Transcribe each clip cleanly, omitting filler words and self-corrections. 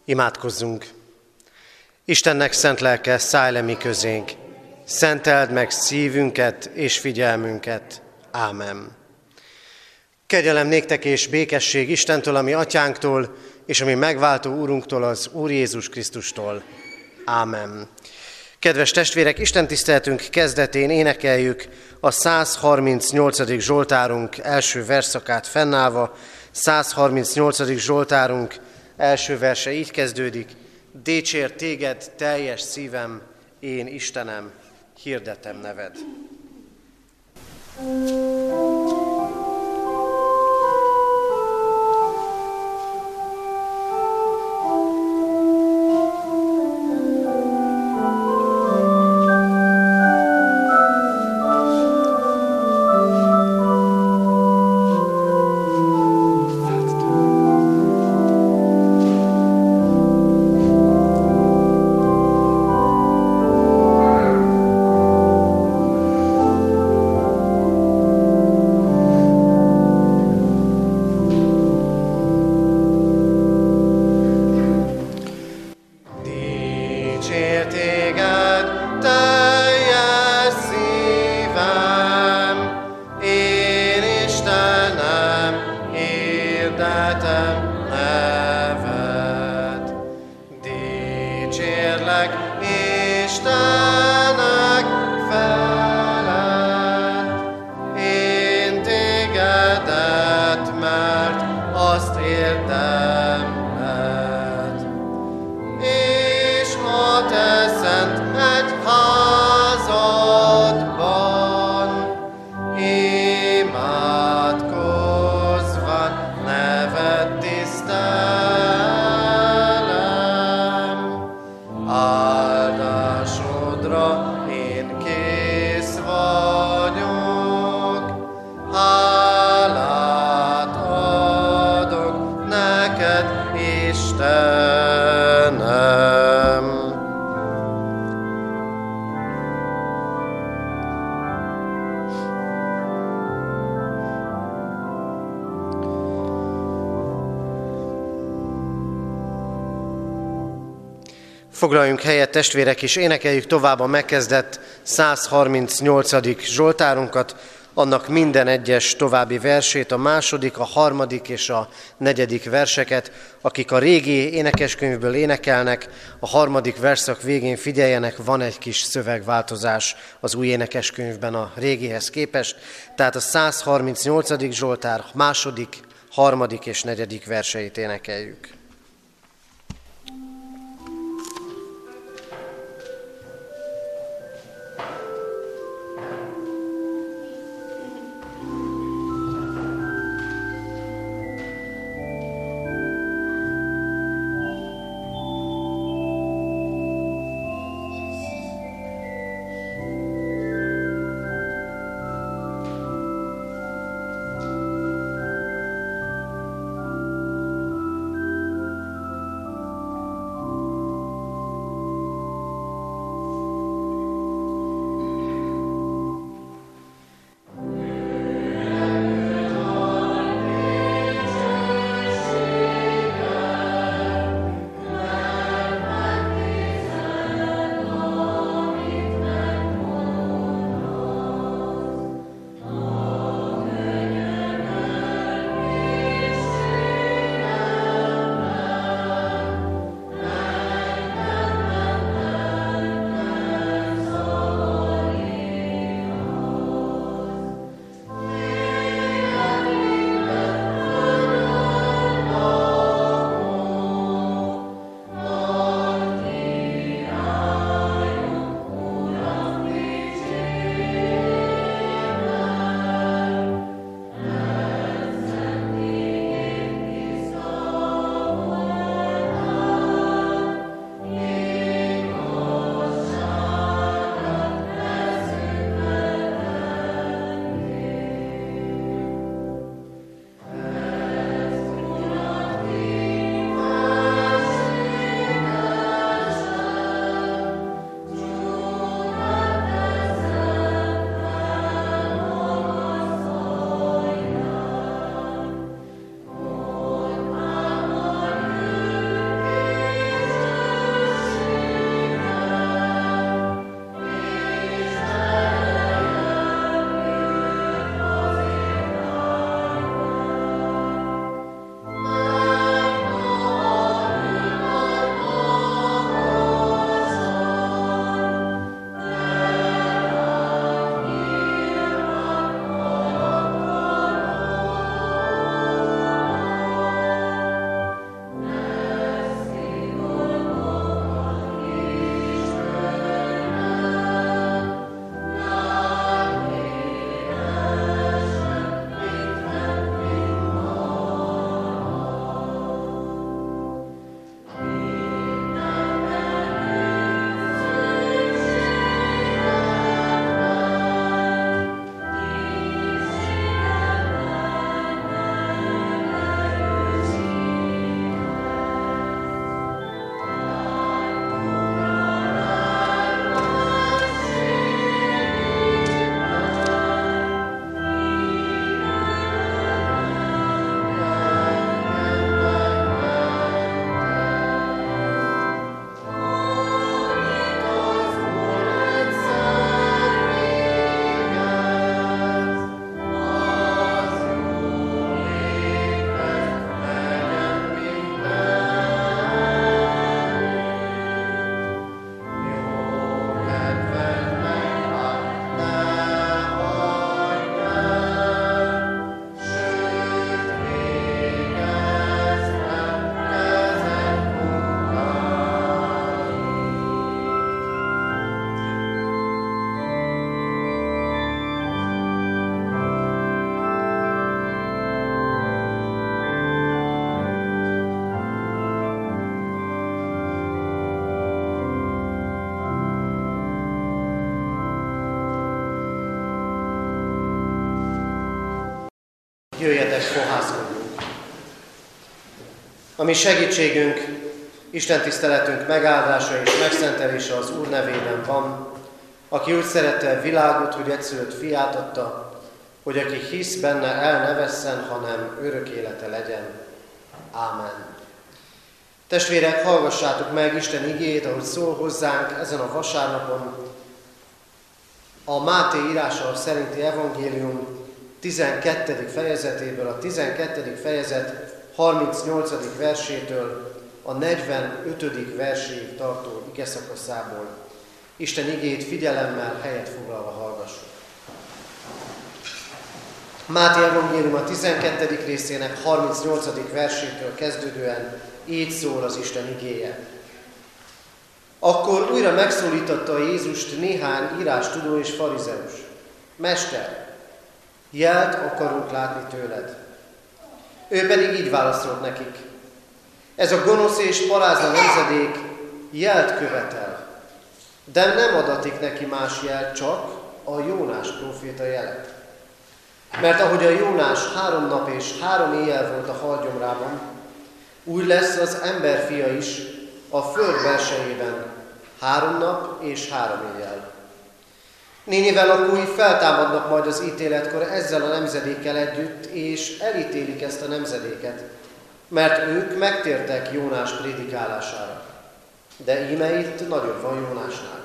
Imádkozzunk! Istennek szent lelke, szállj le mi közénk, szenteld meg szívünket és figyelmünket. Ámen. Kegyelem néktek és békesség Istentől, a mi atyánktól, és a mi megváltó Úrunktól, az Úr Jézus Krisztustól. Ámen. Kedves testvérek, istentiszteletünk kezdetén énekeljük a 138. Zsoltárunk első versszakát fennállva. 138. Zsoltárunk első verse így kezdődik: Dicsér téged teljes szívem, én Istenem, hirdetem neved. Foglaljunk helyet, testvérek, és énekeljük tovább a megkezdett 138. Zsoltárunkat, annak minden egyes további versét, a második, a harmadik és a negyedik verseket. Akik a régi énekeskönyvből énekelnek, a harmadik verszak végén figyeljenek, van egy kis szövegváltozás az új énekeskönyvben a régihez képest. Tehát a 138. Zsoltár második, harmadik és negyedik verseit énekeljük. Jöjjetek, fohászkodjunk! A mi segítségünk, Isten tiszteletünk megáldása és megszentelése az Úr nevében van, aki úgy szerette a világot, hogy egyszülött fiát adta, hogy aki hisz benne, el ne vesszen, hanem örök élete legyen. Ámen. Testvérek, hallgassátok meg Isten igéjét, ahogy szól hozzánk ezen a vasárnapon. A Máté írása szerinti evangélium 12. fejezetéből, a 12. fejezet 38. versétől a 45. verséig tartó igeszakaszából. Isten igéjét figyelemmel, helyet foglalva hallgassuk. Máté evangélium a 12. részének 38. versétől kezdődően így szól az Isten igéje. Akkor újra megszólította Jézust néhány írástudó és farizeus. Mester, jelt akarunk látni tőled. Ő pedig így válaszolt nekik. Ez a gonosz és parázna nemzedék jelt követel, de nem adatik neki más jelt, csak a Jónás próféta jelet. Mert ahogy a Jónás 3 nap és 3 éjjel volt a halgyomrában, úgy lesz az emberfia is a föld belsejében 3 nap és 3 éjjel. Nínive lakói feltámadnak majd az ítéletkor ezzel a nemzedékkel együtt, és elítélik ezt a nemzedéket, mert ők megtértek Jónás prédikálására. De íme itt nagyobb van Jónásnál.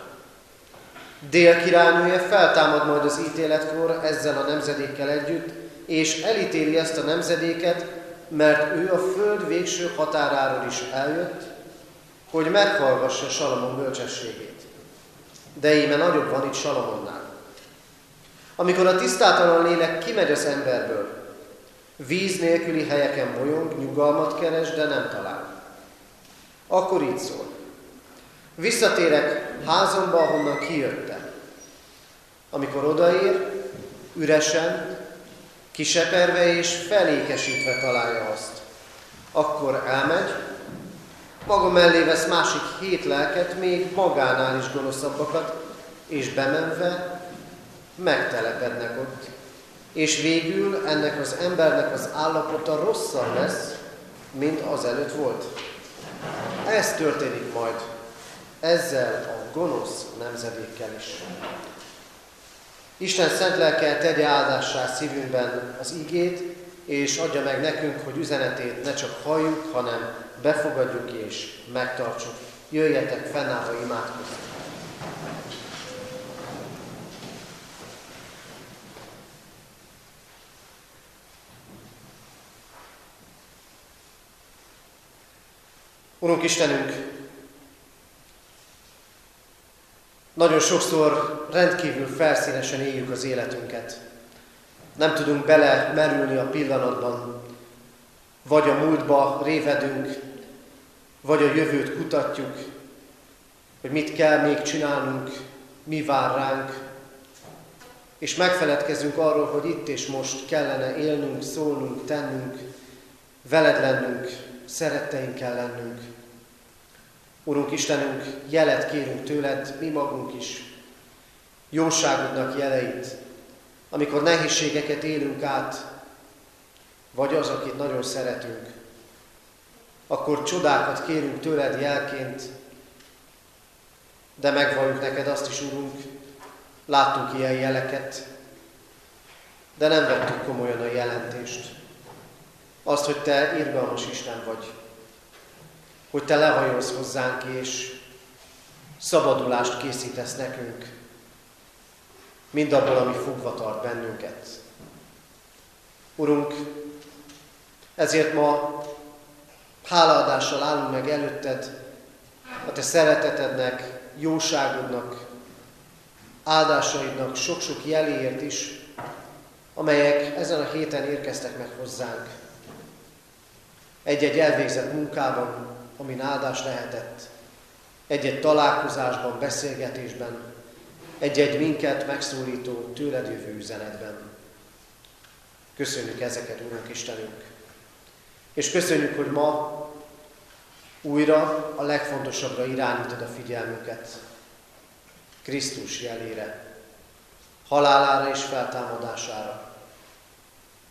Dél királynője feltámad majd az ítéletkor ezzel a nemzedékkel együtt, és elítéli ezt a nemzedéket, mert ő a föld végső határáról is eljött, hogy meghallgassa Salamon bölcsességét. De íme nagyobb van itt Salamonnál. Amikor a tisztátalan lélek kimegy az emberből, víz nélküli helyeken bolyong, nyugalmat keres, de nem talál. Akkor így szól. Visszatérek házamba, ahonnan kijöttem. Amikor odaér, üresen, kiseperve és felékesítve találja azt. Akkor elmegy, maga mellé vesz másik 7 lelket, még magánál is gonoszabbakat, és bemenve megtelepednek ott. És végül ennek az embernek az állapota rosszabb lesz, mint azelőtt volt. Ez történik majd ezzel a gonosz nemzedékkel is. Isten szent lelke tegye áldássá szívünkben az igét, és adja meg nekünk, hogy üzenetét ne csak halljuk, hanem befogadjuk és megtartsuk. Jöjjetek fennállva imádkozni. Urunk Istenünk, nagyon sokszor rendkívül felszínesen éljük az életünket. Nem tudunk belemerülni a pillanatban, vagy a múltba révedünk, vagy a jövőt kutatjuk, hogy mit kell még csinálnunk, mi vár ránk, és megfeledkezünk arról, hogy itt és most kellene élnünk, szólnunk, tennünk, veled lennünk, szeretteinkkel lennünk. Urunk Istenünk, jelet kérünk tőled, mi magunk is, jóságodnak jeleit, amikor nehézségeket élünk át, vagy az, akit nagyon szeretünk, akkor csodákat kérünk tőled jelként, de megvalljuk neked azt is, Urunk, láttunk ilyen jeleket, de nem vettük komolyan a jelentést. Azt, hogy te irgalmas Isten vagy, hogy te lehajolsz hozzánk, és szabadulást készítesz nekünk, mindabból, ami fogva tart bennünket. Urunk, ezért ma hálaadással állunk meg előtted, a te szeretetednek, jóságodnak, áldásaidnak sok-sok jeléért is, amelyek ezen a héten érkeztek meg hozzánk. Egy-egy elvégzett munkában, amin áldás lehetett, egy-egy találkozásban, beszélgetésben, egy-egy minket megszólító, tőled jövő üzenetben. Köszönjük ezeket, Urunk Istenünk. És köszönjük, hogy ma újra a legfontosabbra irányítod a figyelmünket. Krisztus jelére, halálára és feltámadására.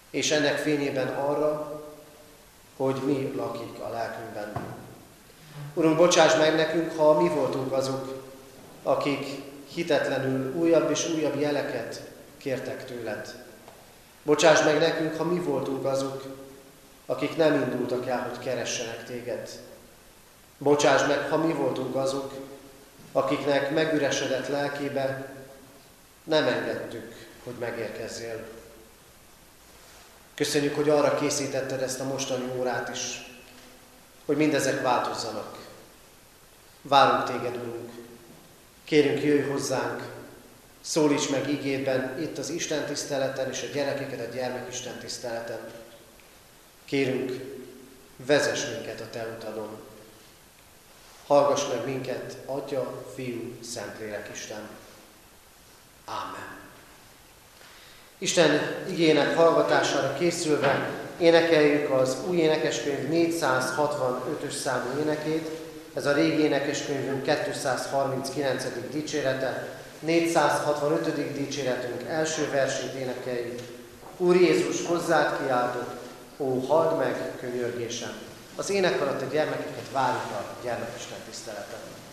és ennek fényében arra, hogy mi lakik a lelkünkben. Urunk, bocsáss meg nekünk, ha mi voltunk azok, akik hitetlenül újabb és újabb jeleket kértek tőled. Bocsáss meg nekünk, ha mi voltunk azok, akik nem indultak el, hogy keressenek téged. Bocsáss meg, ha mi voltunk azok, akiknek megüresedett lelkébe nem engedtük, hogy megérkezzél. Köszönjük, hogy arra készítetted ezt a mostani órát is, hogy mindezek változzanak. Várunk téged, Urunk. Kérünk, jöjj hozzánk, szólíts meg igédben itt az Isten tiszteleten és a gyerekeket a gyermekisten tiszteleten. Kérünk, vezess minket a te utadon. Hallgass meg minket, Atya, Fiú, Szentlélek Isten. Ámen. Isten igének hallgatására készülve énekeljük az új énekeskönyv 465-ös számú énekét. Ez a régi énekeskönyvünk 239. dicsérete, 465. dicséretünk első versét énekeljük. Úr Jézus, hozzád kiáltok, ó, halld meg könyörgésem. Az ének alatt a gyermekeket várjuk a gyermekisten tiszteleten.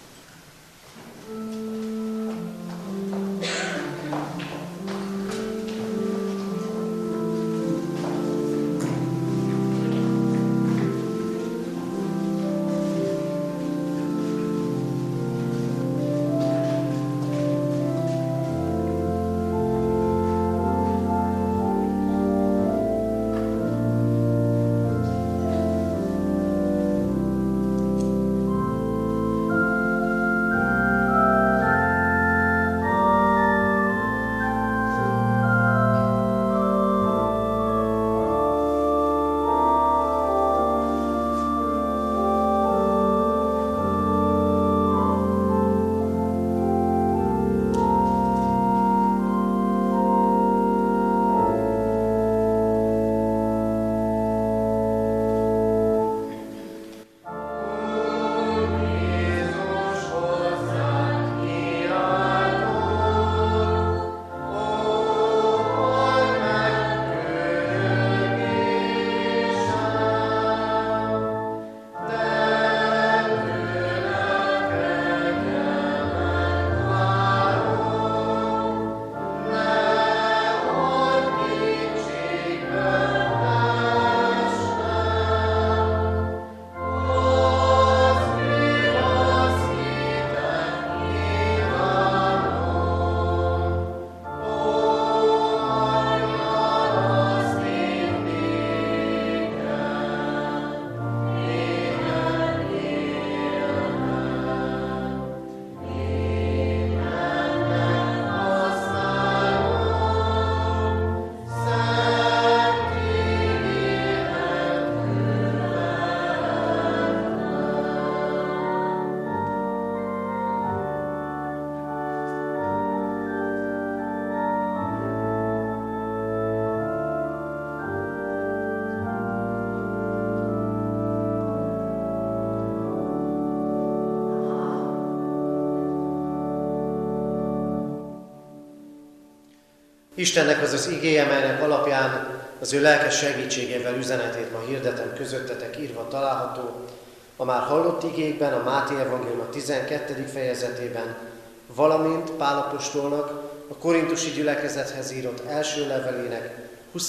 Istennek az az igéje, melynek alapján az ő lelkes segítségével üzenetét ma hirdetem közöttetek, írva található a már hallott igékben, a Máté evangélium a 12. fejezetében, valamint Pál apostolnak a korintusi gyülekezethez írott első levelének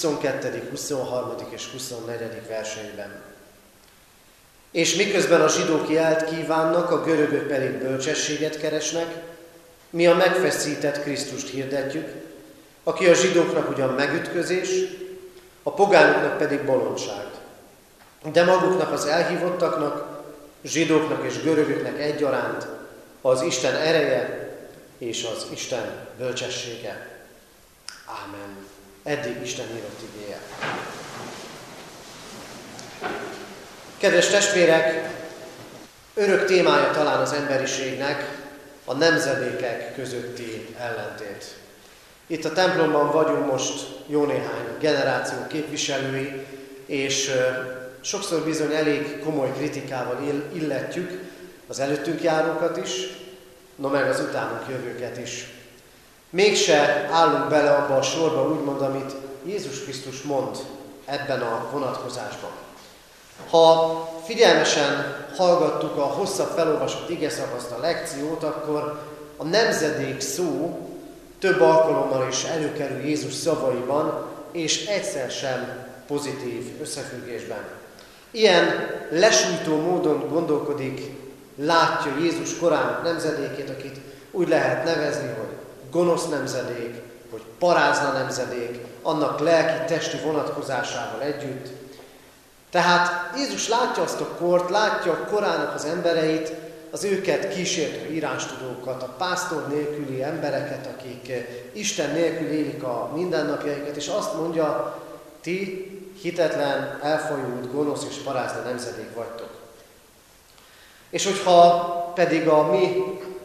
22., 23. és 24. verseiben. És miközben a zsidók jelt kívánnak, a görögök pedig bölcsességet keresnek, mi a megfeszített Krisztust hirdetjük, aki a zsidóknak ugyan megütközés, a pogányoknak pedig bolondság. De maguknak az elhívottaknak, zsidóknak és görögöknek egyaránt az Isten ereje és az Isten bölcsessége. Ámen. Eddig Isten írott igéje. Kedves testvérek, örök témája talán az emberiségnek a nemzedékek közötti ellentét. Itt a templomban vagyunk most jó néhány generáció képviselői, és sokszor bizony elég komoly kritikával illetjük az előttünk járókat is, no meg az utánunk jövőket is. Mégse állunk bele abba a sorba, úgymond, amit Jézus Krisztus mond ebben a vonatkozásban. Ha figyelmesen hallgattuk a hosszabb felolvasott igeszakaszt, a lekciót, akkor a nemzedék szó több alkalommal is előkerül Jézus szavaiban, és egyszer sem pozitív összefüggésben. Ilyen lesújtó módon gondolkodik, látja Jézus korának nemzedékét, akit úgy lehet nevezni, hogy gonosz nemzedék, hogy parázna nemzedék, annak lelki-testi vonatkozásával együtt. Tehát Jézus látja azt a kort, látja a korának az embereit, az őket kísértő írástudókat, a pásztor nélküli embereket, akik Isten nélkül élik a mindennapjaikat, és azt mondja, ti hitetlen, elfajult, gonosz és parázna nemzedék vagytok. És hogyha pedig a mi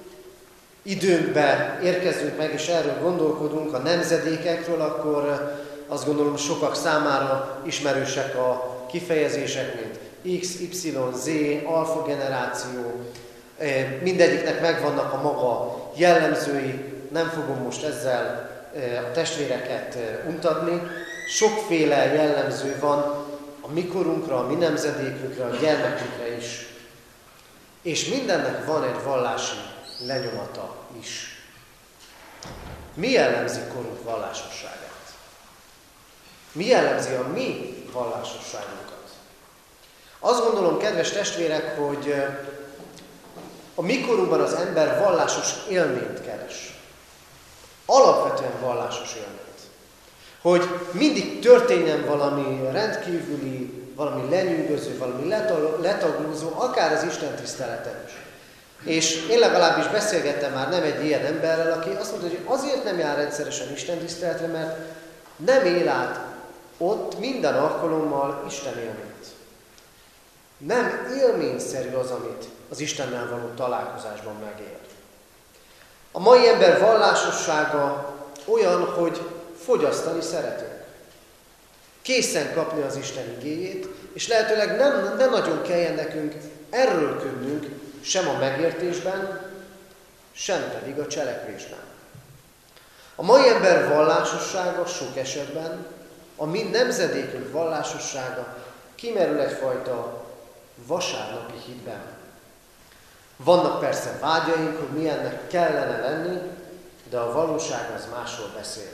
időnkbe érkezünk meg, és erről gondolkodunk, a nemzedékekről, akkor azt gondolom, sokak számára ismerősek a kifejezések, mint X, Y, Z, alfa generáció, mindegyiknek megvannak a maga jellemzői, nem fogom most ezzel a testvéreket untatni. Sokféle jellemző van a mi korunkra, a mi nemzedékünkre, a gyermekünkre is. És mindennek van egy vallási lenyomata is. Mi jellemzi korunk vallásosságát? Mi jellemzi a mi vallásosságunkat? Azt gondolom, kedves testvérek, hogy a mi korunkban az ember vallásos élményt keres. Alapvetően vallásos élményt. Hogy mindig történjen valami rendkívüli, valami lenyűgöző, valami letaglózó, akár az Isten tiszteleten is. És én legalábbis beszélgettem már nem egy ilyen emberrel, aki azt mondta, hogy azért nem jár rendszeresen Isten tiszteletre, mert nem él át ott minden alkalommal Isten élményt. Nem élményszerű az, amit az Istennel való találkozásban megél. A mai ember vallásossága olyan, hogy fogyasztani szeretünk. Készen kapni az Isten igéjét, és lehetőleg nem nagyon kelljen nekünk erőlködnünk sem a megértésben, sem pedig a cselekvésben. A mai ember vallásossága sok esetben, a mi nemzedékünk vallásossága kimerül egyfajta vasárnapi hitben. Vannak persze vágyaink, hogy milyennek kellene lenni, de a valóság az másról beszél.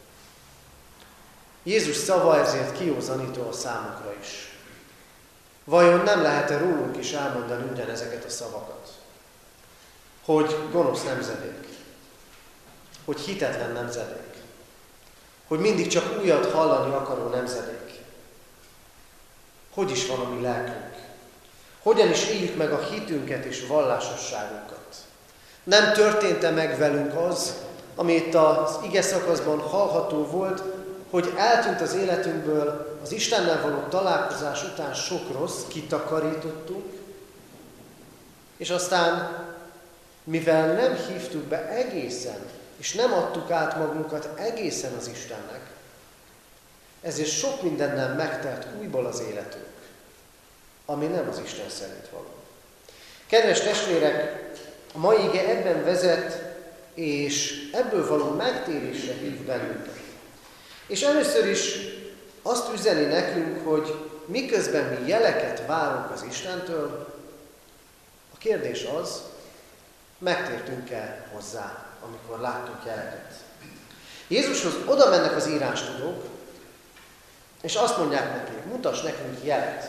Jézus szava ezért kiózanító a számukra is. Vajon nem lehet-e rólunk is elmondani ugyanezeket a szavakat? Hogy gonosz nemzedék, hogy hitetlen nemzedék, hogy mindig csak újat hallani akaró nemzedék. Hogy is van a mi lelkünk? Hogyan is éljük meg a hitünket és vallásosságunkat? Nem történt-e meg velünk az, ami itt az ige szakaszban hallható volt, hogy eltűnt az életünkből az Istennel való találkozás után sok rossz, kitakarítottunk, és aztán, mivel nem hívtuk be egészen, és nem adtuk át magunkat egészen az Istennek, ezért sok mindennel megtelt újból az életünk, ami nem az Isten szerint való. Kedves testvérek, a mai ige ebben vezet, és ebből való megtérésre hív bennünket. És először is azt üzeni nekünk, hogy miközben mi jeleket várunk az Istentől, a kérdés az, megtértünk-e hozzá, amikor láttunk jeleket. Jézushoz oda mennek az írástudók, és azt mondják neki, mutass nekünk jelet.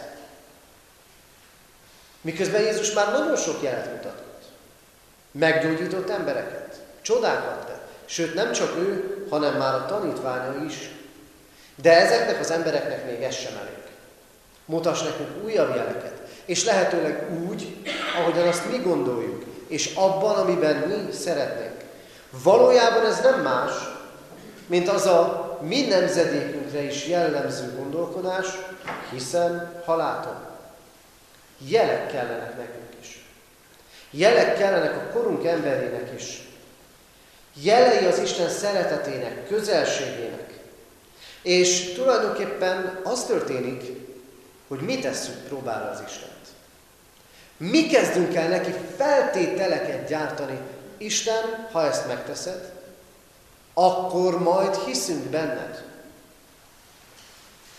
Miközben Jézus már nagyon sok jelet mutatott. Meggyógyított embereket, csodákat tett. Sőt, nem csak ő, hanem már a tanítványa is. De ezeknek az embereknek még ez sem elég. Mutass nekünk újabb jeleket. És lehetőleg úgy, ahogyan azt mi gondoljuk, és abban, amiben mi szeretnénk. Valójában ez nem más, mint az a mi nemzedékünkre is jellemző gondolkodás, hiszem, ha látom. Jelek kellenek nekünk is. Jelek kellenek a korunk emberének is. Jelei az Isten szeretetének, közelségének. És tulajdonképpen az történik, hogy mi tesszük próbára az Istent. Mi kezdünk el neki feltételeket gyártani. Isten, ha ezt megteszed, akkor majd hiszünk benned.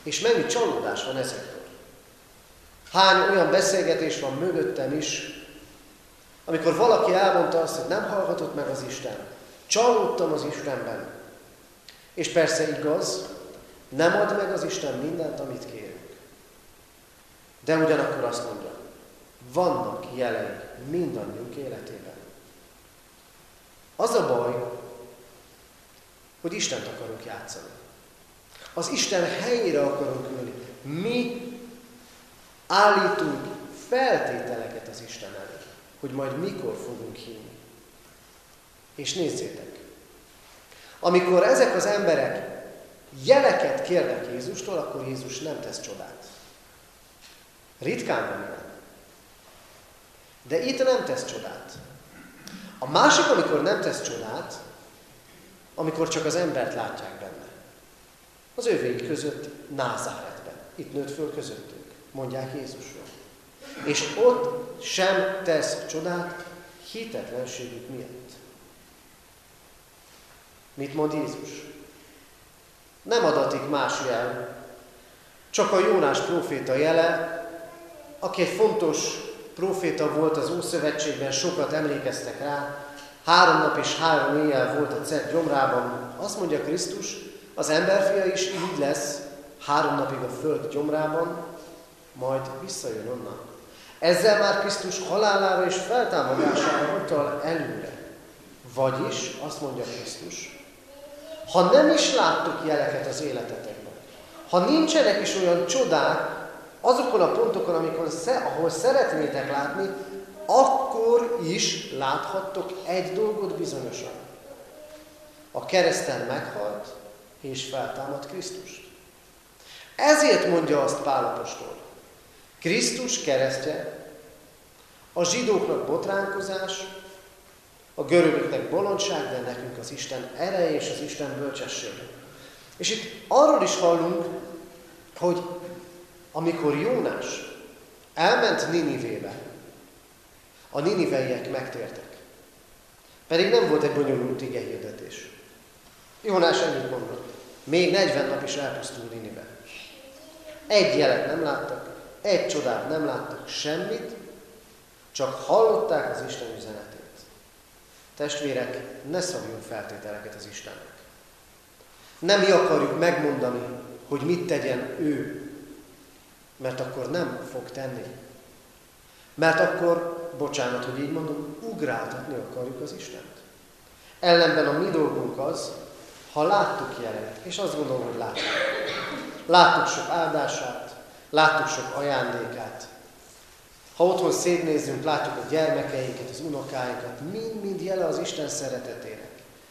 És mennyi csalódás van ezekről. Hány olyan beszélgetés van mögöttem is, amikor valaki elmondta azt, hogy nem hallgatott meg az Isten. Csalódtam az Istenben. És persze igaz, nem ad meg az Isten mindent, amit kérünk. De ugyanakkor azt mondja, vannak jelei mindannyiunk életében. Az a baj, hogy Istent akarunk játszani. Az Isten helyére akarunk ülni. Mi állítunk feltételeket az Isten elé, hogy majd mikor fogunk hinni. És nézzétek, amikor ezek az emberek jeleket kérnek Jézustól, akkor Jézus nem tesz csodát. Ritkán van ilyen. De itt nem tesz csodát. A másik, amikor nem tesz csodát, amikor csak az embert látják benne. Az övéi között Názáretben. Itt nőtt föl közöttünk, mondják Jézusról. És ott sem tesz csodát hitetlenségük miatt. Mit mond Jézus? Nem adatik más jel, csak a Jónás próféta jele, aki egy fontos próféta volt az Ószövetségben, sokat emlékeztek rá, 3 nap és 3 éjjel volt a cep gyomrában. Azt mondja Krisztus, az emberfia is így lesz 3 napig a föld gyomrában, majd visszajön onnan. Ezzel már Krisztus halálára és feltámadására utal előre. Vagyis, azt mondja Krisztus, ha nem is láttok jeleket az életetekben, ha nincsenek is olyan csodák azokon a pontokon, ahol szeretnétek látni, akkor is láthattok egy dolgot bizonyosan. A kereszten meghalt és feltámad Krisztust. Ezért mondja azt Pál apostol. Krisztus keresztje a zsidóknak botránkozás, a görögöknek bolondság, de nekünk az Isten ereje és az Isten bölcsessége. És itt arról is hallunk, hogy amikor Jónás elment Ninivébe, a niniveiek megtértek. Pedig nem volt egy bonyolult igehirdetés. Jónás ennyit mondott. Még 40 nap is elpusztul Ninive. Egy jelet nem láttak, egy csodát nem láttak, semmit, csak hallották az Isten üzenetét. Testvérek, ne szabjunk feltételeket az Istennek. Nem mi akarjuk megmondani, hogy mit tegyen ő, mert akkor nem fog tenni. Mert akkor, bocsánat, hogy így mondom, ugráltatni akarjuk az Istent. Ellenben a mi dolgunk az, ha láttuk jelent, és azt gondolom, hogy láttuk. Láttuk sok áldását, láttuk sok ajándékát. Ha otthon szétnézzünk, látjuk a gyermekeinket, az unokáinkat, mind-mind jele az Isten szeretetének.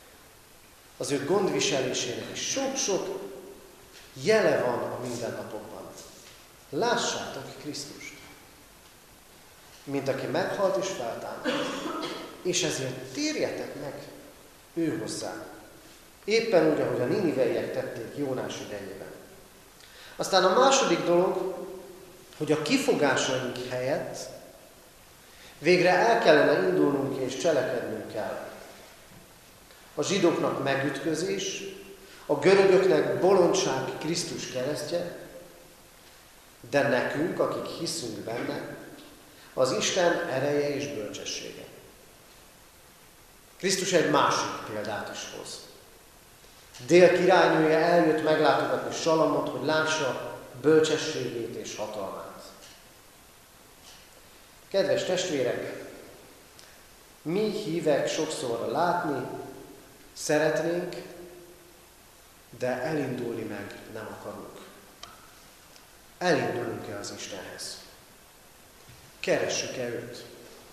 Az ő gondviselésének is sok-sok jele van a mindennapokban. Lássátok Krisztust, mint aki meghalt és feltámad. És ezért térjetek meg ő hozzá. Éppen úgy, ahogy a niniveiek tették Jónás idejében. Aztán a második dolog, hogy a kifogásaink helyett végre el kellene indulnunk és cselekednünk kell. A zsidóknak megütközés, a görögöknek bolondság Krisztus keresztje, de nekünk, akik hiszünk benne, az Isten ereje és bölcsessége. Krisztus egy másik példát is hoz. Dél királynője eljött meglátogatni Salamot, hogy lássa bölcsességét és hatalmát. Kedves testvérek, mi hívek sokszor látni szeretnénk, de elindulni meg nem akarunk. Elindulunk-e az Istenhez? Keressük-e őt?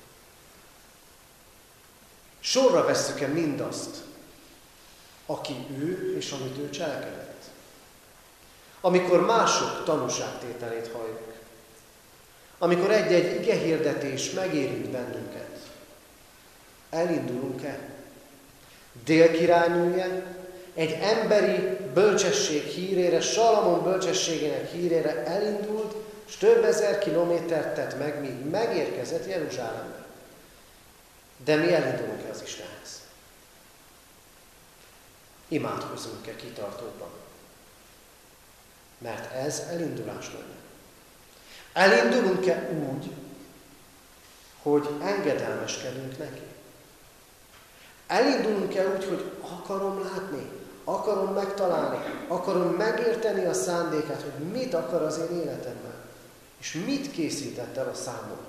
Sorra vesszük-e mindazt, aki ő és amit ő cselekedett? Amikor mások tanúságtételét halljuk, amikor egy-egy igehirdetés megérint bennünket, elindulunk-e? Dél királynője egy emberi bölcsesség hírére, Salamon bölcsességének hírére elindult, és több ezer kilométert tett meg, míg megérkezett Jeruzsálembe. De mi elindulunk-e az Istenhez? Imádkozzunk-e kitartóban? Mert ez elindulás lenne. Elindulunk-e úgy, hogy engedelmeskedünk neki? Elindulunk-e úgy, hogy akarom látni, akarom megtalálni, akarom megérteni a szándékát, hogy mit akar az én életemben, és mit készített el a számomra?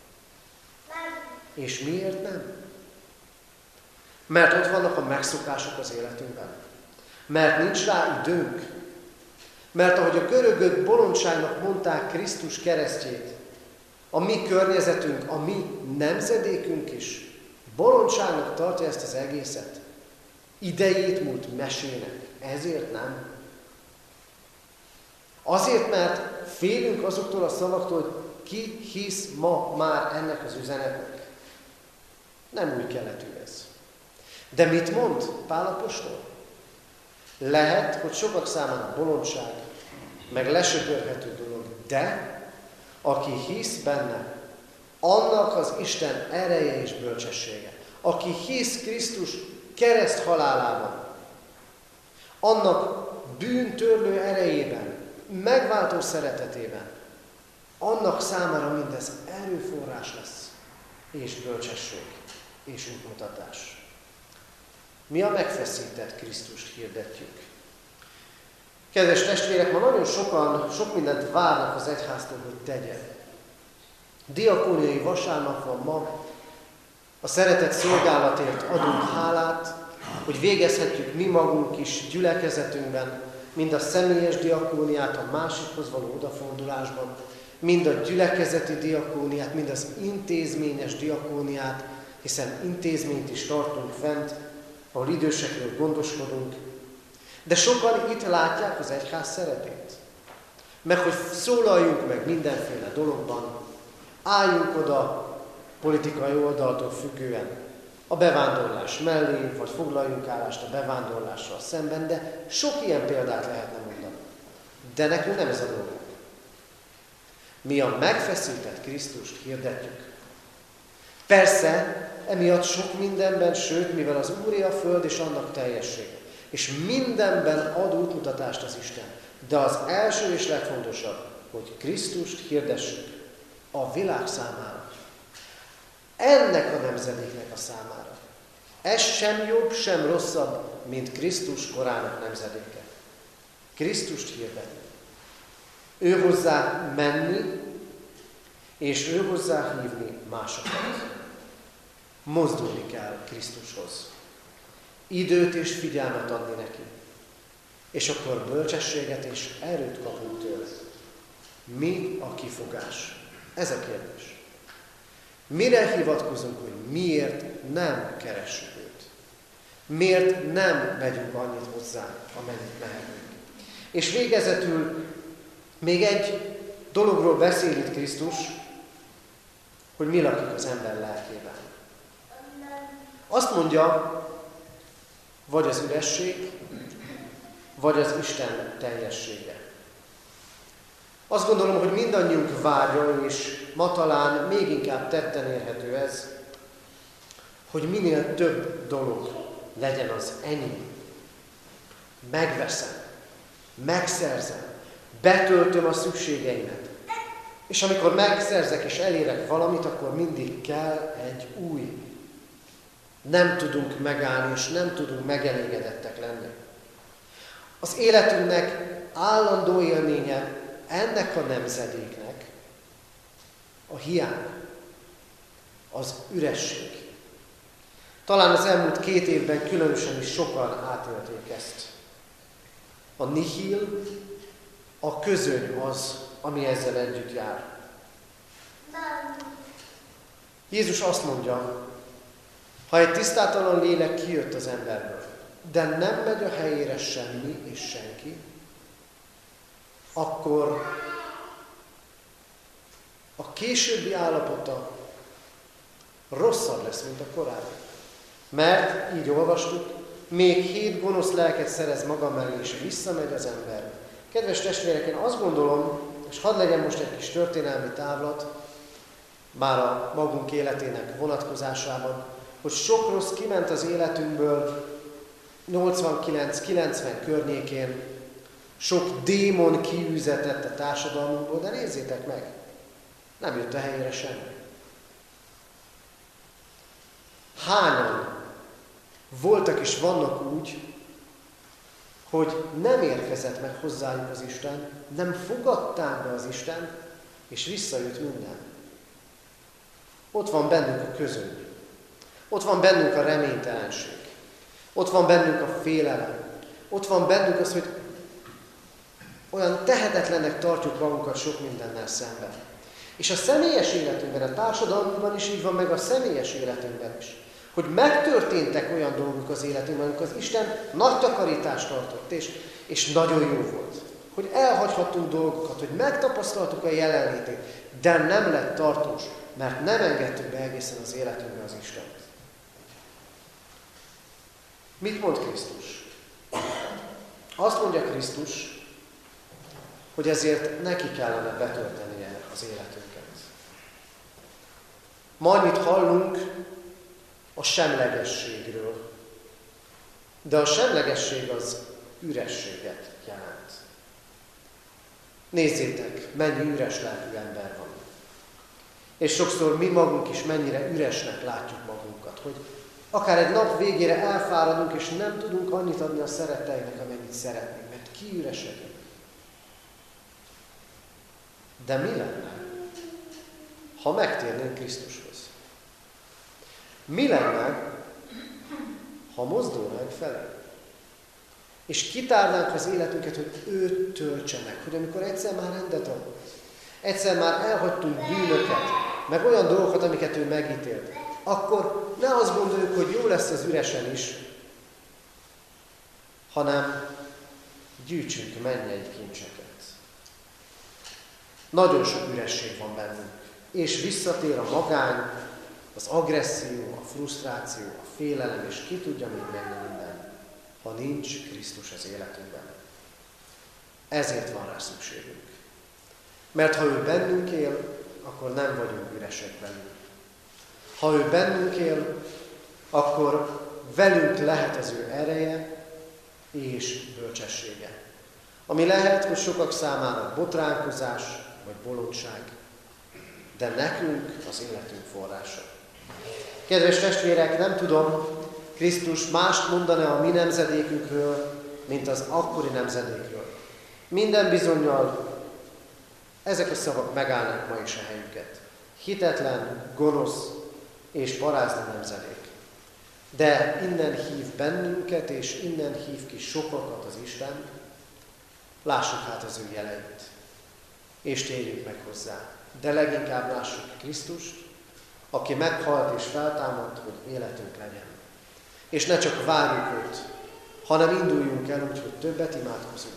És miért nem? Mert ott vannak a megszokások az életünkben. Mert nincs rá időnk. Mert ahogy a görögök bolondságnak mondták Krisztus keresztjét, a mi környezetünk, a mi nemzedékünk is bolondságnak tartja ezt az egészet. Idejét múlt mesének. Ezért nem. Azért, mert félünk azoktól a szavaktól, hogy ki hisz ma már ennek az üzenetnek. Nem új keletű ez. De mit mond Pál apostol? Lehet, hogy sokak számára bolondság, meg lesöpörhető dolog, de aki hisz benne, annak az Isten ereje és bölcsessége. Aki hisz Krisztus kereszt halálában, annak bűntörlő erejében, megváltó szeretetében, annak számára mindez erőforrás lesz, és bölcsesség, és útmutatás. Mi a megfeszített Krisztust hirdetjük. Kedves testvérek, ma nagyon sokan sok mindent várnak az egyháztól, hogy tegyen. Diakóniai vasárnap van ma, a szeretet szolgálatért adunk hálát, hogy végezhetjük mi magunk is gyülekezetünkben, mind a személyes diakóniát a másikhoz való odafordulásban, mind a gyülekezeti diakóniát, mind az intézményes diakóniát, hiszen intézményt is tartunk fent, ahol idősekről gondoskodunk. De sokan itt látják az egyház szerepét. Meg hogy szólaljunk meg mindenféle dologban, álljunk oda politikai oldaltól függően a bevándorlás mellé, vagy foglaljunk állást a bevándorlással szemben, de sok ilyen példát lehetne mondani. De nekünk nem ez a dolgunk. Mi a megfeszített Krisztust hirdetjük. Persze, emiatt sok mindenben, sőt, mivel az Úré a föld és annak teljessége, és mindenben ad útmutatást az Isten. De az első és legfontosabb, hogy Krisztust hirdessük a világ számára. Ennek a nemzedéknek a számára. Ez sem jobb, sem rosszabb, mint Krisztus korának nemzedéke. Krisztust hirdetni. Ő hozzá menni, és ő hozzá hívni másokat. Mozdulni kell Krisztushoz. Időt és figyelmet adni neki. És akkor bölcsességet és erőt kapunk tőle. Mi a kifogás? Ez a kérdés. Mire hivatkozunk, hogy miért nem keressük őt? Miért nem megyünk annyit hozzá, amennyit mehetünk? És végezetül még egy dologról beszél itt Krisztus, hogy mi lakik az ember lelkében. Azt mondja, vagy az üresség, vagy az Isten teljessége. Azt gondolom, hogy mindannyiunk vágya, és ma talán még inkább tetten érhető ez, hogy minél több dolog legyen az enyém. Megveszem, megszerzem, betöltöm a szükségeimet. És amikor megszerzek és elérek valamit, akkor mindig kell egy új. Nem tudunk megállni, és nem tudunk megelégedettek lenni. Az életünknek állandó élménye ennek a nemzedéknek a hiány, az üresség. Talán az elmúlt 2 évben különösen is sokan átélték ezt. A nihil, a közöny az, ami ezzel együtt jár. Jézus azt mondja, ha egy tisztátalan lélek kijött az emberből, de nem megy a helyére semmi és senki, akkor a későbbi állapota rosszabb lesz, mint a korábbi. Mert, így olvastuk, még 7 gonosz lelket szerez maga mellé, és visszamegy az ember. Kedves testvérek, én azt gondolom, és hadd legyen most egy kis történelmi távlat, már a magunk életének vonatkozásában, hogy sok rossz kiment az életünkből 89-90 környékén, Sok démon kiűzetett a társadalmunkból, de nézzétek meg, nem jött a helyére semmi. Hányan voltak és vannak úgy, hogy nem érkezett meg hozzájuk az Isten, nem fogadták be az Isten, és visszajött minden. Ott van bennünk a közöny. Ott van bennünk a reménytelenség. Ott van bennünk a félelem. Ott van bennünk az, hogy olyan tehetetlennek tartjuk magunkat sok mindennel szemben. És a személyes életünkben, a társadalmunkban is így van, meg a személyes életünkben is. Hogy megtörténtek olyan dolgok az életünkben, amikor az Isten nagy takarítást tartott, és nagyon jó volt. Hogy elhagyhattunk dolgokat, hogy megtapasztaltuk a jelenlétét, de nem lett tartós, mert nem engedtük be egészen az életünkbe az Istent. Mit mond Krisztus? Azt mondja Krisztus, hogy ezért neki kellene betöltenie az életünket. Ma annyit hallunk a semlegességről, de a semlegesség az ürességet jelent. Nézzétek, mennyi üres lelkű ember van. És sokszor mi magunk is mennyire üresnek látjuk magunkat, hogy akár egy nap végére elfáradunk, és nem tudunk annyit adni a szeretteinek, amennyit szeretnénk, mert kiüresedünk. De mi lenne, ha megtérnénk Krisztushoz? Mi lenne, ha mozdulnánk felé? És kitárnánk az életünket, hogy őt töltse meg, hogy amikor egyszer már rendet adott, egyszer már elhagytunk bűnöket, meg olyan dolgokat, amiket ő megítélt, akkor ne azt gondoljuk, hogy jó lesz az üresen is, hanem gyűjtsünk mennyei kincseket. Nagyon sok üresség van bennünk, és visszatér a magány, az agresszió, a frusztráció, a félelem, és ki tudja még mennyi minden, ha nincs Krisztus az életünkben. Ezért van rá szükségünk. Mert ha ő bennünk él, akkor nem vagyunk üresek velünk. Ha ő bennünk él, akkor velünk lehet az ő ereje és bölcsessége. Ami lehet, hogy sokak számára botránkozás vagy bolondság, de nekünk az életünk forrása. Kedves testvérek, nem tudom, Krisztus mást mondana a mi nemzedékünkről, mint az akkori nemzedékről. Minden bizonnyal ezek a szavak megállnak ma is a helyüket. Hitetlen, gonosz és parázna nemzedék. De innen hív bennünket, és innen hív ki sokakat az Isten. Lássuk hát az ő jeleit, és térjünk meg hozzá. De leginkább lássuk Krisztust, aki meghalt és feltámadt, hogy életünk legyen. És ne csak várjuk őt, hanem induljunk el úgy, hogy többet imádkozunk.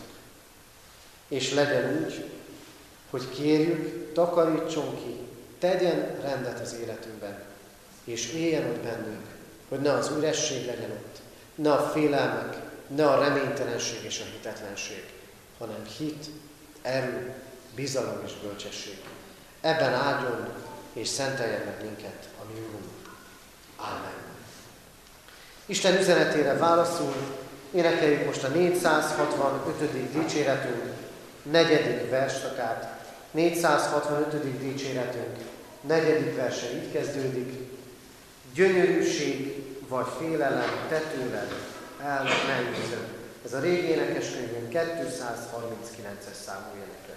És legyen úgy, hogy kérjük, takarítson ki, tegyen rendet az életünkben, és éljen ott bennünk, hogy ne az üresség legyen ott, ne a félelmek, ne a reménytelenség és a hitetlenség, hanem hit, erő, bizalom és bölcsesség. Ebben áldjon és szenteljen meg minket a mi Úrunk. Ámen. Isten üzenetére válaszul énekeljük most a 465. dicséretünk 4. versszakát. 465. dicséretünk 4. verse így kezdődik. Gyönyörűség vagy félelem tetővel elmennyező. Ez a régi énekeskönyvünk 239-es számú éneke.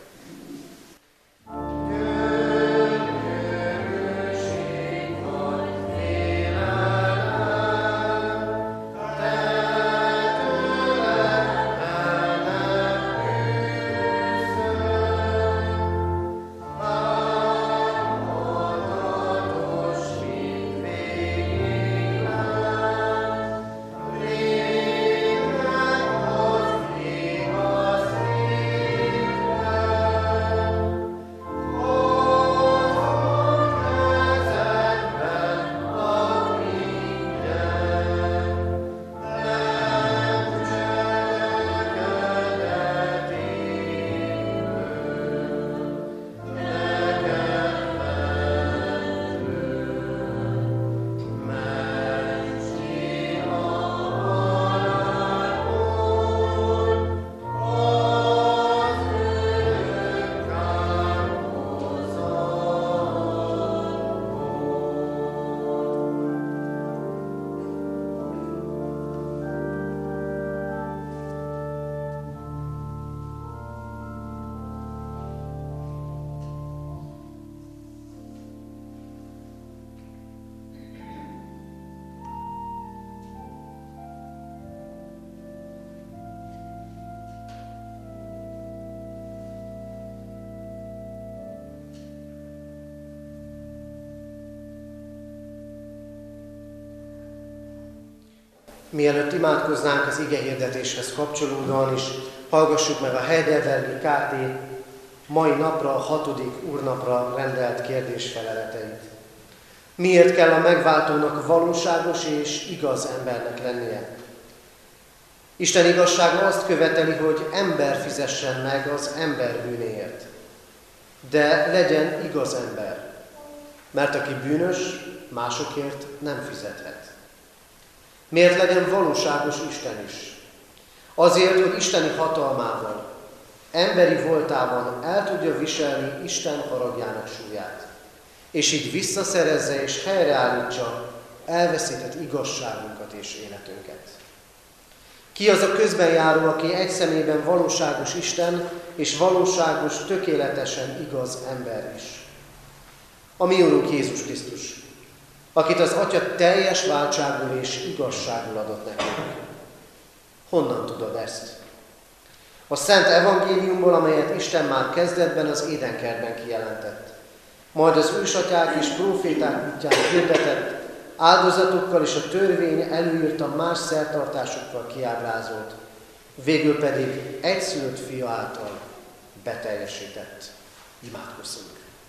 Mielőtt imádkoznánk az ige hirdetéshez kapcsolódóan is, hallgassuk meg a Heidelbergi KT mai napra, a 6. úrnapra rendelt kérdésfeleleteit. Miért kell a megváltónak valóságos és igaz embernek lennie? Isten igazsága azt követeli, hogy ember fizessen meg az ember bűnéért. De legyen igaz ember, mert aki bűnös, másokért nem fizethet. Miért legyen valóságos Isten is? Azért, hogy isteni hatalmával, emberi voltában el tudja viselni Isten haragjának súlyát, és így visszaszerezze és helyreállítsa elveszített igazságunkat és életünket. Ki az a közbenjáró, aki egy szemében valóságos Isten és valóságos, tökéletesen igaz ember is? A mi Urunk Jézus Krisztus, akit az Atya teljes váltságul és igazságul adott nekünk. Honnan tudod ezt? A Szent Evangéliumból, amelyet Isten már kezdetben az édenkertben kijelentett, majd az ősatyák és próféták útján hirdetett, áldozatokkal és a törvény előírta más szertartásokkal kiábrázolt, végül pedig egyszülött fia által beteljesített. Imádkozzunk!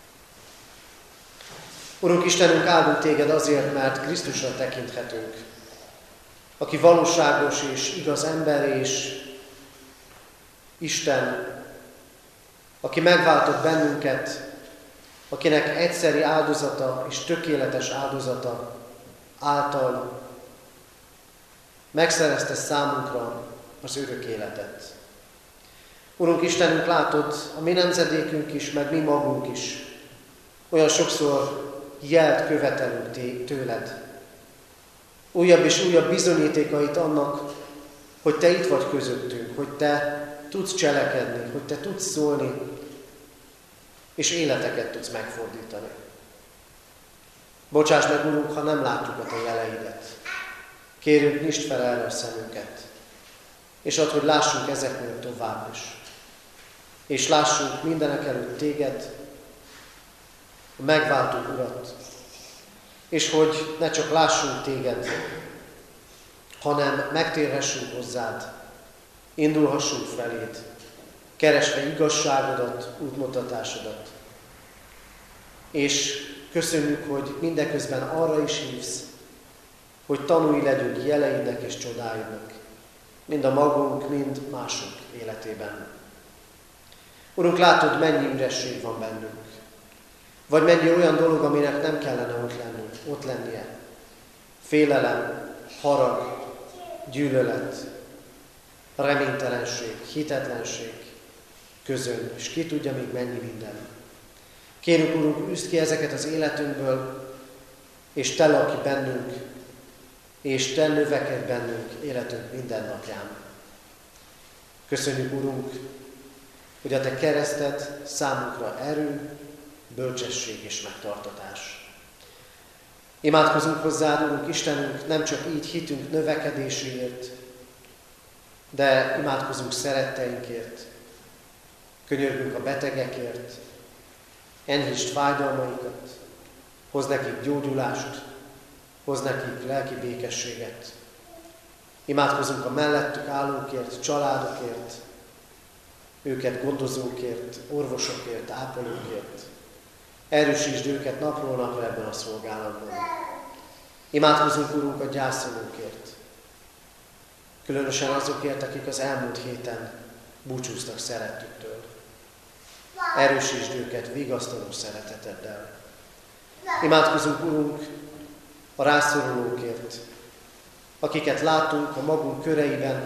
Urunk Istenünk, áldunk téged azért, mert Krisztusra tekinthetünk, aki valóságos és igaz ember és Isten, aki megváltott bennünket, akinek egyszeri áldozata és tökéletes áldozata által megszerezte számunkra az örök életet. Urunk Istenünk, látod, a mi nemzedékünk is, meg mi magunk is olyan sokszor jelt követelünk tőled. Újabb és újabb bizonyítékait annak, hogy te itt vagy közöttünk, hogy te tudsz cselekedni, hogy te tudsz szólni, és életeket tudsz megfordítani. Bocsáss meg, Urunk, ha nem látjuk a te jeleidet. Kérünk, nyisd fel erre a szemünket, és add, hogy lássunk ezeknél tovább is. És lássunk mindenek előtt téged, a megváltó Urat, és hogy ne csak lássunk téged, hanem megtérhessünk hozzád, indulhassunk feléd, keresve igazságodat, útmutatásodat. És köszönjük, hogy mindeközben arra is hívsz, hogy tanulj legyünk jeleidnek és csodáidnak, mind a magunk, mind mások életében. Urunk, látod, mennyi üresség van bennünk, vagy mennyi olyan dolog, aminek nem kellene ott lennie. Félelem, harag, gyűlölet, reménytelenség, hitetlenség, közöny, és ki tudja még mennyi minden. Kérünk, Urunk, üzd ki ezeket az életünkből, és te lakj bennünk, és te növekedj bennünk életünk minden napján. Köszönjük, Urunk, hogy a te kereszted számunkra erő, bölcsesség és megtartatás. Imádkozunk hozzád, Urunk Istenünk, nem csak így hitünk növekedéséért, de imádkozunk szeretteinkért, könyörgünk a betegekért, enyhítsd fájdalmaikat, hozz nekik gyógyulást, hozz nekik lelki békességet. Imádkozunk a mellettük állókért, családokért, őket gondozókért, orvosokért, ápolókért. Erősítsd őket napról napra ebben a szolgálatban. Imádkozunk, Urunk, a gyászolókért, különösen azokért, akik az elmúlt héten búcsúztak szerettüktől. Erősítsd őket vigasztaló szereteteddel. Imádkozunk, Urunk, a rászorulókért, akiket látunk a magunk köreiben.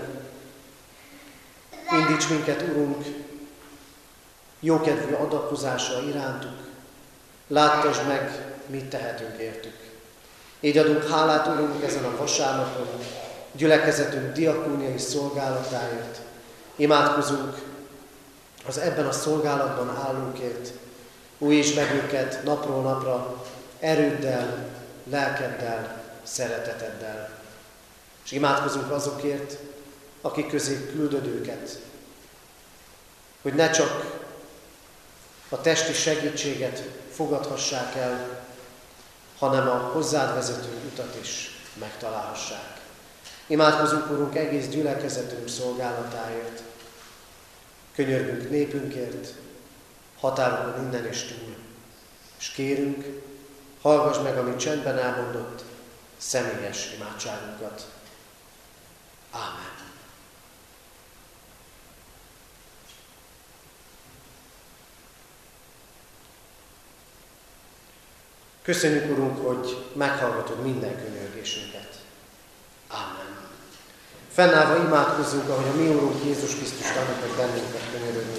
Indíts minket, Urunk, jókedvű adakozásra irántuk. Láttasd meg, mit tehetünk értük. Így adunk hálát, Urunk, ezen a vasárnapon, gyülekezetünk diakóniai szolgálatáért. Imádkozunk az ebben a szolgálatban állókért. Újítsd meg őket napról napra erőddel, lelkeddel, szereteteddel. És imádkozunk azokért, akik közé küldöd őket, hogy ne csak a testi segítséget fogadhassák el, hanem a hozzád vezető utat is megtalálhassák. Imádkozunk, Urunk, egész gyülekezetünk szolgálatáért. Könyörgünk népünkért, határokon innen és túl. És kérünk, hallgass meg, amit csendben elmondott, személyes imádságunkat. Ámen. Köszönjük, Urunk, hogy meghallgatod minden könyörgésünket. Ámen. Fennállva imádkozzunk, ahogy a mi Úrunk Jézus Krisztus tanít bennünket könyörögni.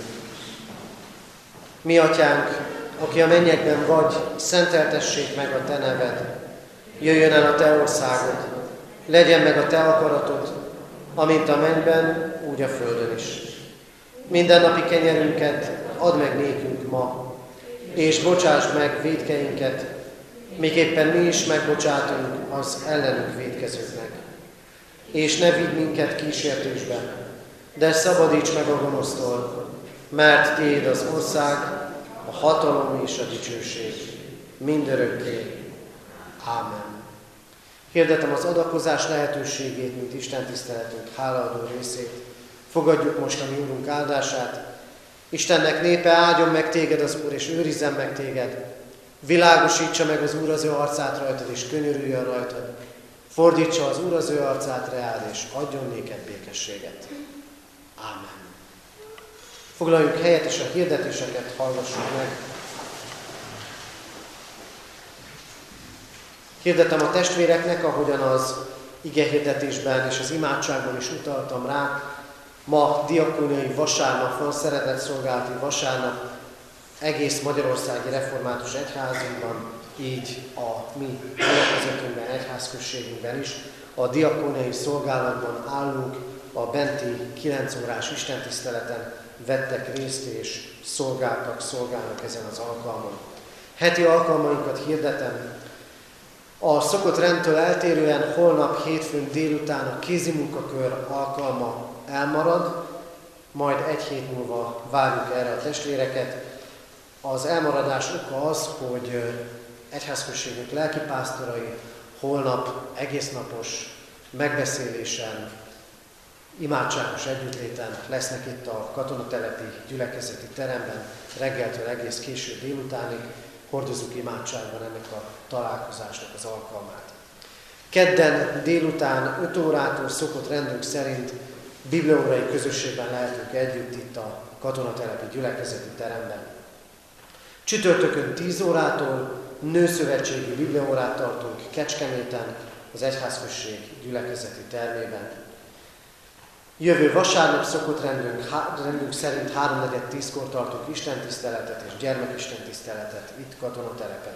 Mi Atyánk, aki a mennyekben vagy, szenteltessék meg a Te neved. Jöjjön el a Te országod, legyen meg a Te akaratod, amint a mennyben, úgy a földön is. Mindennapi kenyerünket add meg nékünk ma, és bocsásd meg vétkeinket, miképpen mi is megbocsátunk az ellenünk vétkezőknek. És ne vidd minket kísértésbe, de szabadíts meg a gonosztól, mert Tiéd az ország, a hatalom és a dicsőség mindörökké. Ámen. Hirdetem az adakozás lehetőségét, mint Isten tiszteletünk hálaadó részét. Fogadjuk most a mi Úrunk áldását. Istennek népe, áldjon meg téged az Úr, és őrizzen meg téged. Világosítsa meg az Úr az ő arcát rajtad, és könyörüljön rajtad. Fordítsa az Úr az ő arcát reád, és adjon néked békességet. Ámen. Foglaljunk helyet, és a hirdetéseket hallgassuk meg. Hirdetem a testvéreknek, ahogyan az igehirdetésben és az imádságban is utaltam rá, ma diakóniai vasárnap van, szeretetszolgálati vasárnap, egész Magyarországi Református Egyházunkban, így a mi gyülekezetünkben, egyházközségünkben is. A diakóniai szolgálatban állunk, a benti 9 órás istentiszteleten vettek részt és szolgálnak ezen az alkalmon. Heti alkalmainkat hirdetem. A szokott rendtől eltérően holnap hétfőn délután a kézimunkakör alkalma elmarad, majd egy hét múlva várjuk erre a testvéreket. Az elmaradás oka az, hogy egyházközségünk lelkipásztorai holnap egésznapos megbeszélésen, imádságos együttléten lesznek itt a katonatelepi gyülekezeti teremben, reggeltől egész késő délutánig. Hordozzuk imádságban ennek a találkozásnak az alkalmát. Kedden délután 5 órától szokott rendünk szerint bibliaórai közösségben lehetünk együtt itt a katonatelepi gyülekezeti teremben. Csütörtökön 10 órától nőszövetségi bibliaórát tartunk Kecskeméten, az egyházközség gyülekezeti termében. Jövő vasárnap szokott rendünk szerint 3:4-10-kor tartunk istentiszteletet és gyermekistentiszteletet itt katonatelepen.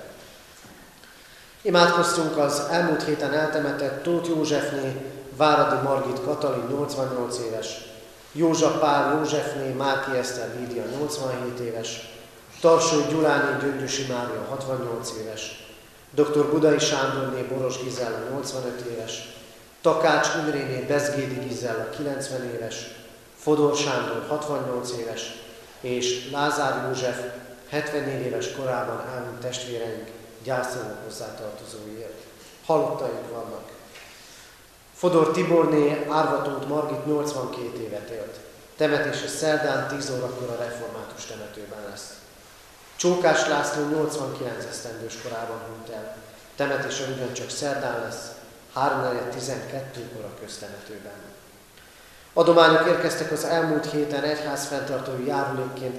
Imádkoztunk az elmúlt héten eltemetett Tóth Józsefné Váradi Margit Katalin 88 éves, Józsa Pál Józsefné Márki Eszter Lídia 87 éves, Tarsó Gyuláné Gyöngyösi Mária 68 éves, dr. Budai Sándorné Boros Gizella 85 éves, Takács Imréné Bezgédi Gizella 90 éves, Fodor Sándor 68 éves, és Lázár József 74 éves korában elhunyt testvéreink gyászoló hozzátartozóiért. Halottaink vannak. Fodor Tiborné Árvatót Margit 82 évet élt. Temetése szerdán 10 órakor a református temetőben lesz. Csókás László 89 esztendős korában hunyt el. Temetése ugyancsak szerdán lesz, 3:12-kor a köztemetőben. Adományok érkeztek az elmúlt héten egyházfenntartói járulékként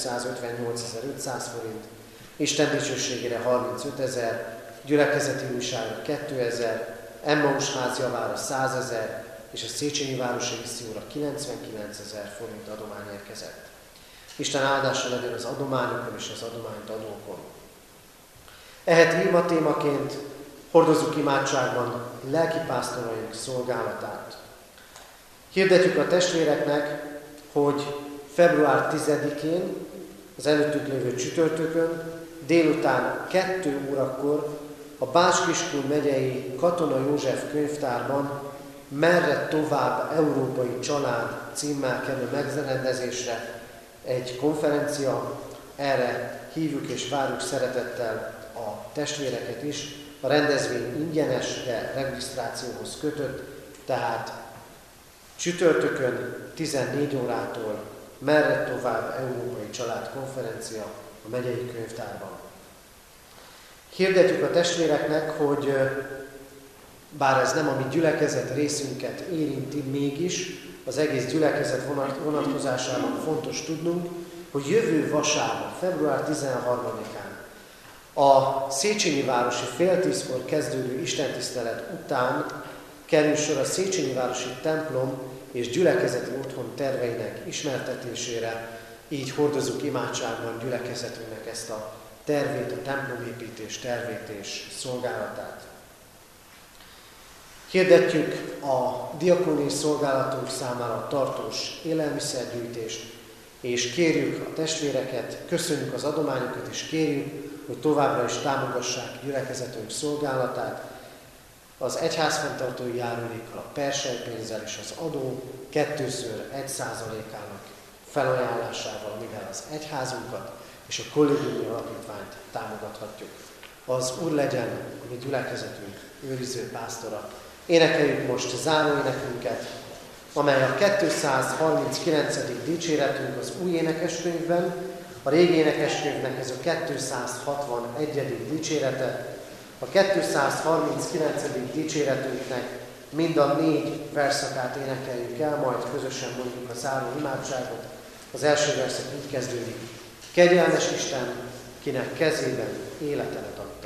258.500 forint, Isten dicsőségére 35.000, gyülekezeti újságra 2.000, Emmaus házjavára 100.000 és a Széchenyi Városi Misszióra 99.000 forint adomány érkezett. Isten áldása legyen az adományokon és az adományt adókon. Eheti ima témaként hordozzuk imádságban lelkipásztoraink szolgálatát. Hirdetjük a testvéreknek, hogy február 10-én, az előttük lévő csütörtökön, délután 2 órakor a Bács-Kiskun megyei Katona József könyvtárban Merre tovább Európai Család címmel kerül megrendezésre egy konferencia. Erre hívjuk és várjuk szeretettel a testvéreket is. A rendezvény ingyenes, de regisztrációhoz kötött, tehát csütörtökön 14 órától Merre tovább Európai Családkonferencia a megyei könyvtárban. Hirdetjük a testvéreknek, hogy bár ez nem a mi gyülekezet részünket érinti, mégis az egész gyülekezet vonatkozásában fontos tudnunk, hogy jövő vasárnap, február 13-án a Széchenyi városi fél 10-kor kezdődő istentisztelet után kerül sor a Széchenyi városi templom és gyülekezeti otthon terveinek ismertetésére, így hordozzuk imádságban gyülekezetünknek ezt a tervét, a templomépítés tervét és szolgálatát. Hirdetjük a diakóniai szolgálatunk számára a tartós élelmiszergyűjtést, és kérjük a testvéreket, köszönjük az adományokat, és kérjük, hogy továbbra is támogassák gyülekezetünk szolgálatát, az egyházfenntartói járulékkal, a perselypénzzel és az adó 2x1%-ának felajánlásával, mivel az egyházunkat és a kollégiumi alapítványt támogathatjuk. Az Úr legyen a mi gyülekezetünk őriző pásztora. Énekeljük most záróénekünket, amely a 239. dicséretünk az új énekeskönyvben, a régi énekeskönyvnek ez a 261. dicsérete, a 239. dicséretünknek mind a 4 verszakát énekeljük el, majd közösen mondjuk a záró imádságot. Az első verszak így kezdődik. Kegyelmes Isten, kinek kezében életemet adta.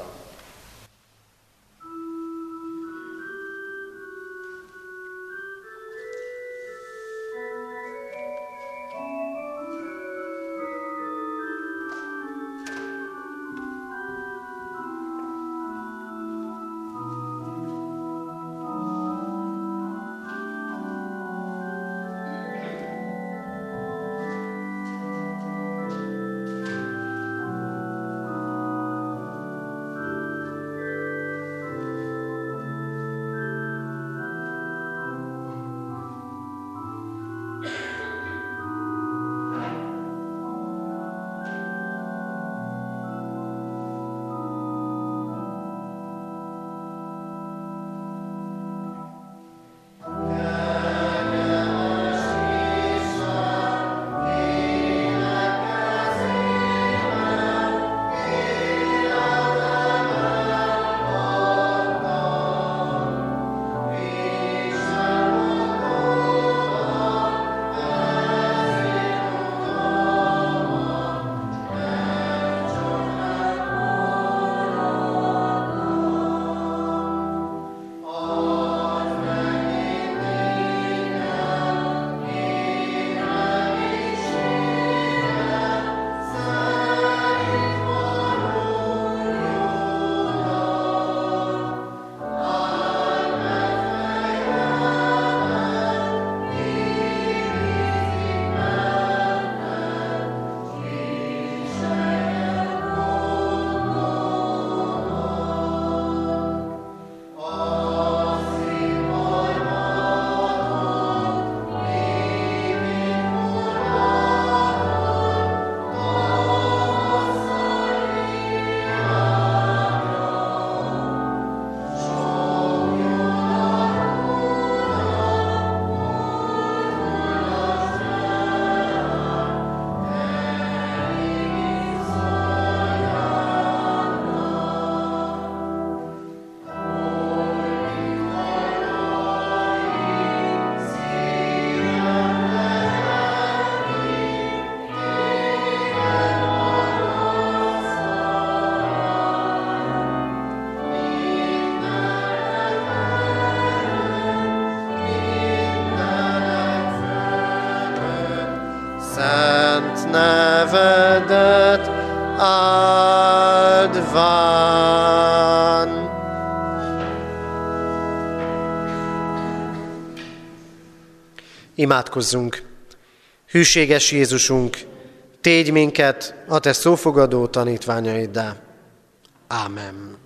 Szent nevedet áldván. Imádkozzunk! Hűséges Jézusunk, tégy minket a te szófogadó tanítványaiddá. Ámen.